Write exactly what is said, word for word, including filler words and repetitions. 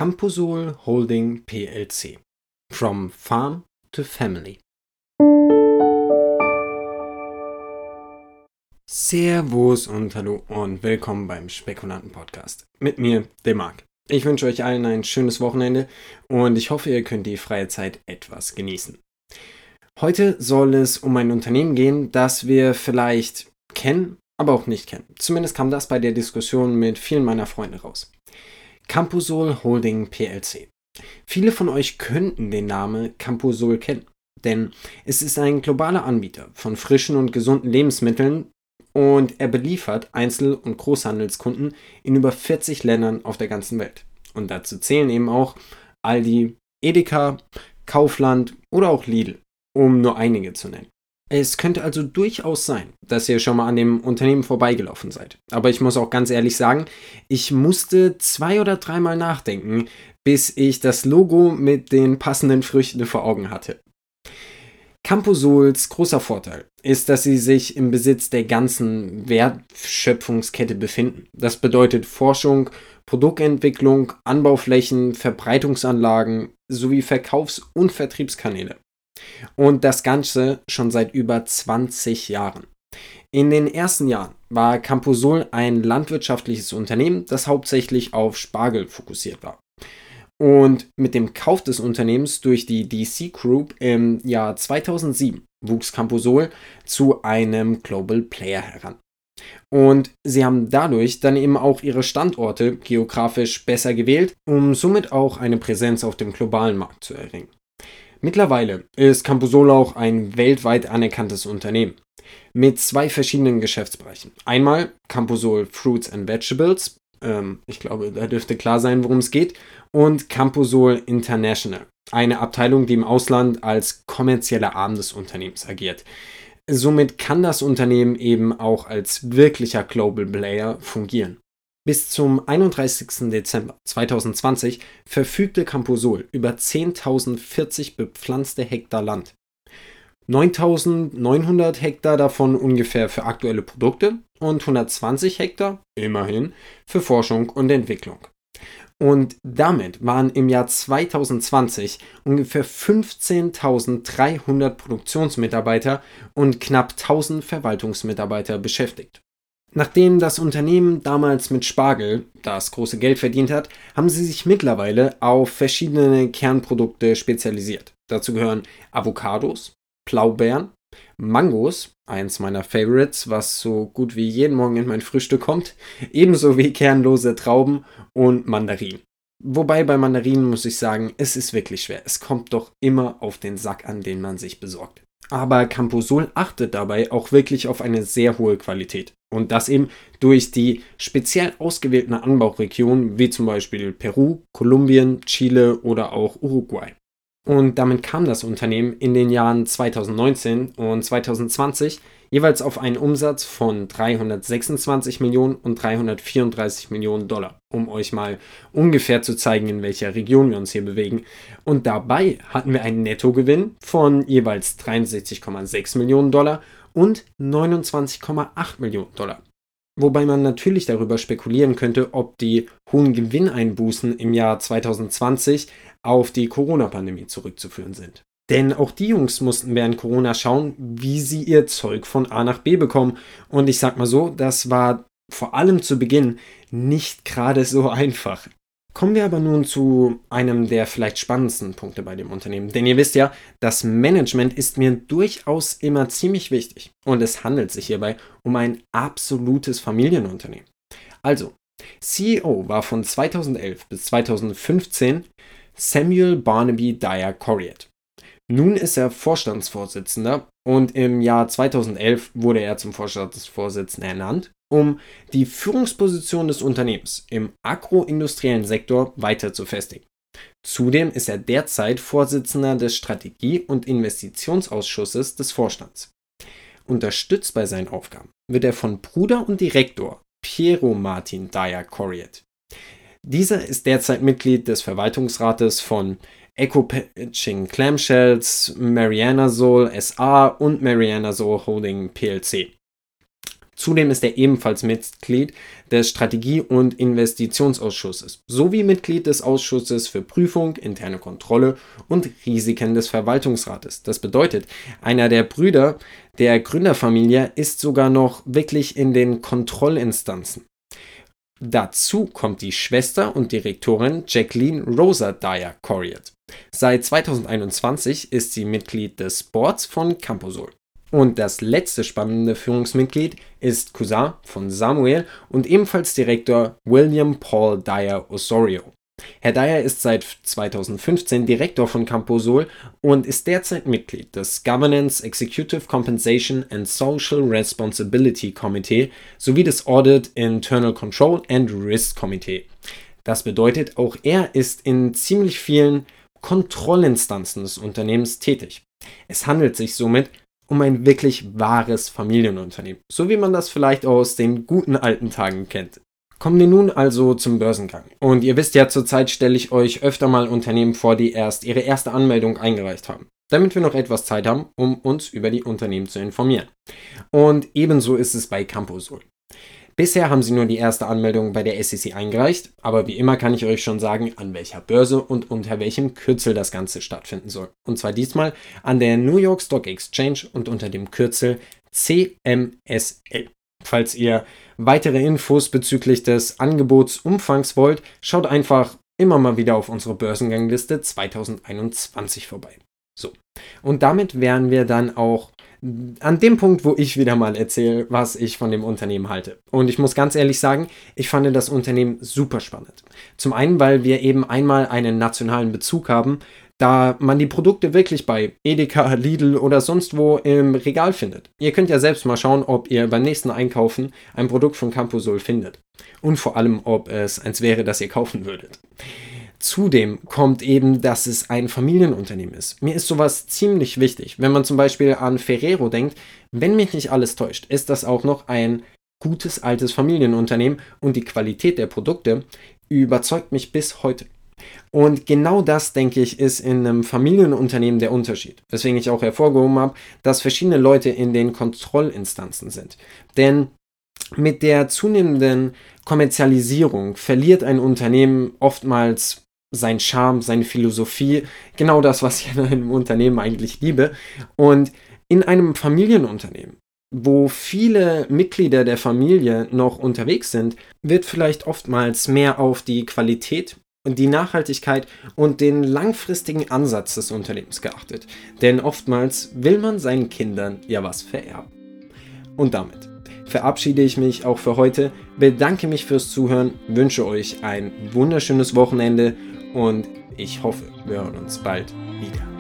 Campusol Holding P L C. From Farm to Family. Servus und hallo und willkommen beim Spekulanten-Podcast. Mit mir, dem Marc. Ich wünsche euch allen ein schönes Wochenende und ich hoffe, ihr könnt die freie Zeit etwas genießen. Heute soll es um ein Unternehmen gehen, das wir vielleicht kennen, aber auch nicht kennen. Zumindest kam das bei der Diskussion mit vielen meiner Freunde raus. Campusol Holding P L C. Viele von euch könnten den Namen Campusol kennen, denn es ist ein globaler Anbieter von frischen und gesunden Lebensmitteln und er beliefert Einzel- und Großhandelskunden in über vierzig Ländern auf der ganzen Welt. Und dazu zählen eben auch Aldi, Edeka, Kaufland oder auch Lidl, um nur einige zu nennen. Es könnte also durchaus sein, dass ihr schon mal an dem Unternehmen vorbeigelaufen seid. Aber ich muss auch ganz ehrlich sagen, ich musste zwei oder dreimal nachdenken, bis ich das Logo mit den passenden Früchten vor Augen hatte. Campusols großer Vorteil ist, dass sie sich im Besitz der ganzen Wertschöpfungskette befinden. Das bedeutet Forschung, Produktentwicklung, Anbauflächen, Verbreitungsanlagen sowie Verkaufs- und Vertriebskanäle. Und das Ganze schon seit über zwanzig Jahren. In den ersten Jahren war Campusol ein landwirtschaftliches Unternehmen, das hauptsächlich auf Spargel fokussiert war. Und mit dem Kauf des Unternehmens durch die D C Group im Jahr zweitausendsieben wuchs Campusol zu einem Global Player heran. Und sie haben dadurch dann eben auch ihre Standorte geografisch besser gewählt, um somit auch eine Präsenz auf dem globalen Markt zu erringen. Mittlerweile ist Campusol auch ein weltweit anerkanntes Unternehmen mit zwei verschiedenen Geschäftsbereichen. Einmal Campusol Fruits and Vegetables, ähm, ich glaube, da dürfte klar sein, worum es geht, und Campusol International, eine Abteilung, die im Ausland als kommerzieller Arm des Unternehmens agiert. Somit kann das Unternehmen eben auch als wirklicher Global Player fungieren. Bis zum einunddreißigsten Dezember zweitausendzwanzig verfügte Campusol über zehntausendvierzig bepflanzte Hektar Land. neuntausendneunhundert Hektar davon ungefähr für aktuelle Produkte und hundertzwanzig Hektar, immerhin, für Forschung und Entwicklung. Und damit waren im Jahr zweitausendzwanzig ungefähr fünfzehntausenddreihundert Produktionsmitarbeiter und knapp tausend Verwaltungsmitarbeiter beschäftigt. Nachdem das Unternehmen damals mit Spargel das große Geld verdient hat, haben sie sich mittlerweile auf verschiedene Kernprodukte spezialisiert. Dazu gehören Avocados, Blaubeeren, Mangos, eins meiner Favorites, was so gut wie jeden Morgen in mein Frühstück kommt, ebenso wie kernlose Trauben und Mandarinen. Wobei bei Mandarinen muss ich sagen, es ist wirklich schwer. Es kommt doch immer auf den Sack an, den man sich besorgt. Aber Campusol achtet dabei auch wirklich auf eine sehr hohe Qualität. Und das eben durch die speziell ausgewählten Anbauregionen wie zum Beispiel Peru, Kolumbien, Chile oder auch Uruguay. Und damit kam das Unternehmen in den Jahren zweitausendneunzehn und zweitausendzwanzig jeweils auf einen Umsatz von dreihundertsechsundzwanzig Millionen und dreihundertvierunddreißig Millionen Dollar, um euch mal ungefähr zu zeigen, in welcher Region wir uns hier bewegen. Und dabei hatten wir einen Nettogewinn von jeweils dreiundsechzig Komma sechs Millionen Dollar und neunundzwanzig Komma acht Millionen Dollar. Wobei man natürlich darüber spekulieren könnte, ob die hohen Gewinneinbußen im Jahr zweitausendzwanzig auf die Corona-Pandemie zurückzuführen sind. Denn auch die Jungs mussten während Corona schauen, wie sie ihr Zeug von A nach B bekommen. Und ich sag mal so, das war vor allem zu Beginn nicht gerade so einfach. Kommen wir aber nun zu einem der vielleicht spannendsten Punkte bei dem Unternehmen. Denn ihr wisst ja, das Management ist mir durchaus immer ziemlich wichtig. Und es handelt sich hierbei um ein absolutes Familienunternehmen. Also, C E O war von zweitausendelf bis zweitausendfünfzehn Samuel Barnaby Dyer Corriett. Nun ist er Vorstandsvorsitzender und im Jahr zweitausendelf wurde er zum Vorstandsvorsitzenden ernannt, um die Führungsposition des Unternehmens im agroindustriellen Sektor weiter zu festigen. Zudem ist er derzeit Vorsitzender des Strategie- und Investitionsausschusses des Vorstands. Unterstützt bei seinen Aufgaben wird er von Bruder und Direktor Piero Martin Dyer Corriett. Dieser ist derzeit Mitglied des Verwaltungsrates von Eco-Patching Clamshells, Marianasol S A und Marianasol Holding P L C. Zudem ist er ebenfalls Mitglied des Strategie- und Investitionsausschusses sowie Mitglied des Ausschusses für Prüfung, interne Kontrolle und Risiken des Verwaltungsrates. Das bedeutet, einer der Brüder der Gründerfamilie ist sogar noch wirklich in den Kontrollinstanzen. Dazu kommt die Schwester und Direktorin Jacqueline Rosa Dyer Corriott. Seit zweitausendeinundzwanzig ist sie Mitglied des Boards von Camposol. Und das letzte spannende Führungsmitglied ist Cousin von Samuel und ebenfalls Direktor William Paul Dyer Osorio. Herr Dyer ist seit zweitausendfünfzehn Direktor von Camposol und ist derzeit Mitglied des Governance, Executive Compensation and Social Responsibility Committee sowie des Audit, Internal Control and Risk Committee. Das bedeutet, auch er ist in ziemlich vielen Kontrollinstanzen des Unternehmens tätig. Es handelt sich somit um ein wirklich wahres Familienunternehmen, so wie man das vielleicht aus den guten alten Tagen kennt. Kommen wir nun also zum Börsengang. Und ihr wisst ja, zurzeit stelle ich euch öfter mal Unternehmen vor, die erst ihre erste Anmeldung eingereicht haben, damit wir noch etwas Zeit haben, um uns über die Unternehmen zu informieren. Und ebenso ist es bei Camposol. Bisher haben sie nur die erste Anmeldung bei der S E C eingereicht, aber wie immer kann ich euch schon sagen, an welcher Börse und unter welchem Kürzel das Ganze stattfinden soll. Und zwar diesmal an der New York Stock Exchange und unter dem Kürzel C M S L. Falls ihr weitere Infos bezüglich des Angebotsumfangs wollt, schaut einfach immer mal wieder auf unsere Börsengangliste zweitausendeinundzwanzig vorbei. So, und damit wären wir dann auch an dem Punkt, wo ich wieder mal erzähle, was ich von dem Unternehmen halte. Und ich muss ganz ehrlich sagen, ich fand das Unternehmen super spannend. Zum einen, weil wir eben einmal einen nationalen Bezug haben, da man die Produkte wirklich bei Edeka, Lidl oder sonst wo im Regal findet. Ihr könnt ja selbst mal schauen, ob ihr beim nächsten Einkaufen ein Produkt von Camposol findet. Und vor allem, ob es eins wäre, das ihr kaufen würdet. Zudem kommt eben, dass es ein Familienunternehmen ist. Mir ist sowas ziemlich wichtig. Wenn man zum Beispiel an Ferrero denkt, wenn mich nicht alles täuscht, ist das auch noch ein gutes altes Familienunternehmen und die Qualität der Produkte überzeugt mich bis heute. Und genau das, denke ich, ist in einem Familienunternehmen der Unterschied. Weswegen ich auch hervorgehoben habe, dass verschiedene Leute in den Kontrollinstanzen sind. Denn mit der zunehmenden Kommerzialisierung verliert ein Unternehmen oftmals sein Charme, seine Philosophie, genau das, was ich in einem Unternehmen eigentlich liebe. Und in einem Familienunternehmen, wo viele Mitglieder der Familie noch unterwegs sind, wird vielleicht oftmals mehr auf die Qualität und die Nachhaltigkeit und den langfristigen Ansatz des Unternehmens geachtet. Denn oftmals will man seinen Kindern ja was vererben. Und damit verabschiede ich mich auch für heute, bedanke mich fürs Zuhören, wünsche euch ein wunderschönes Wochenende und ich hoffe, wir hören uns bald wieder.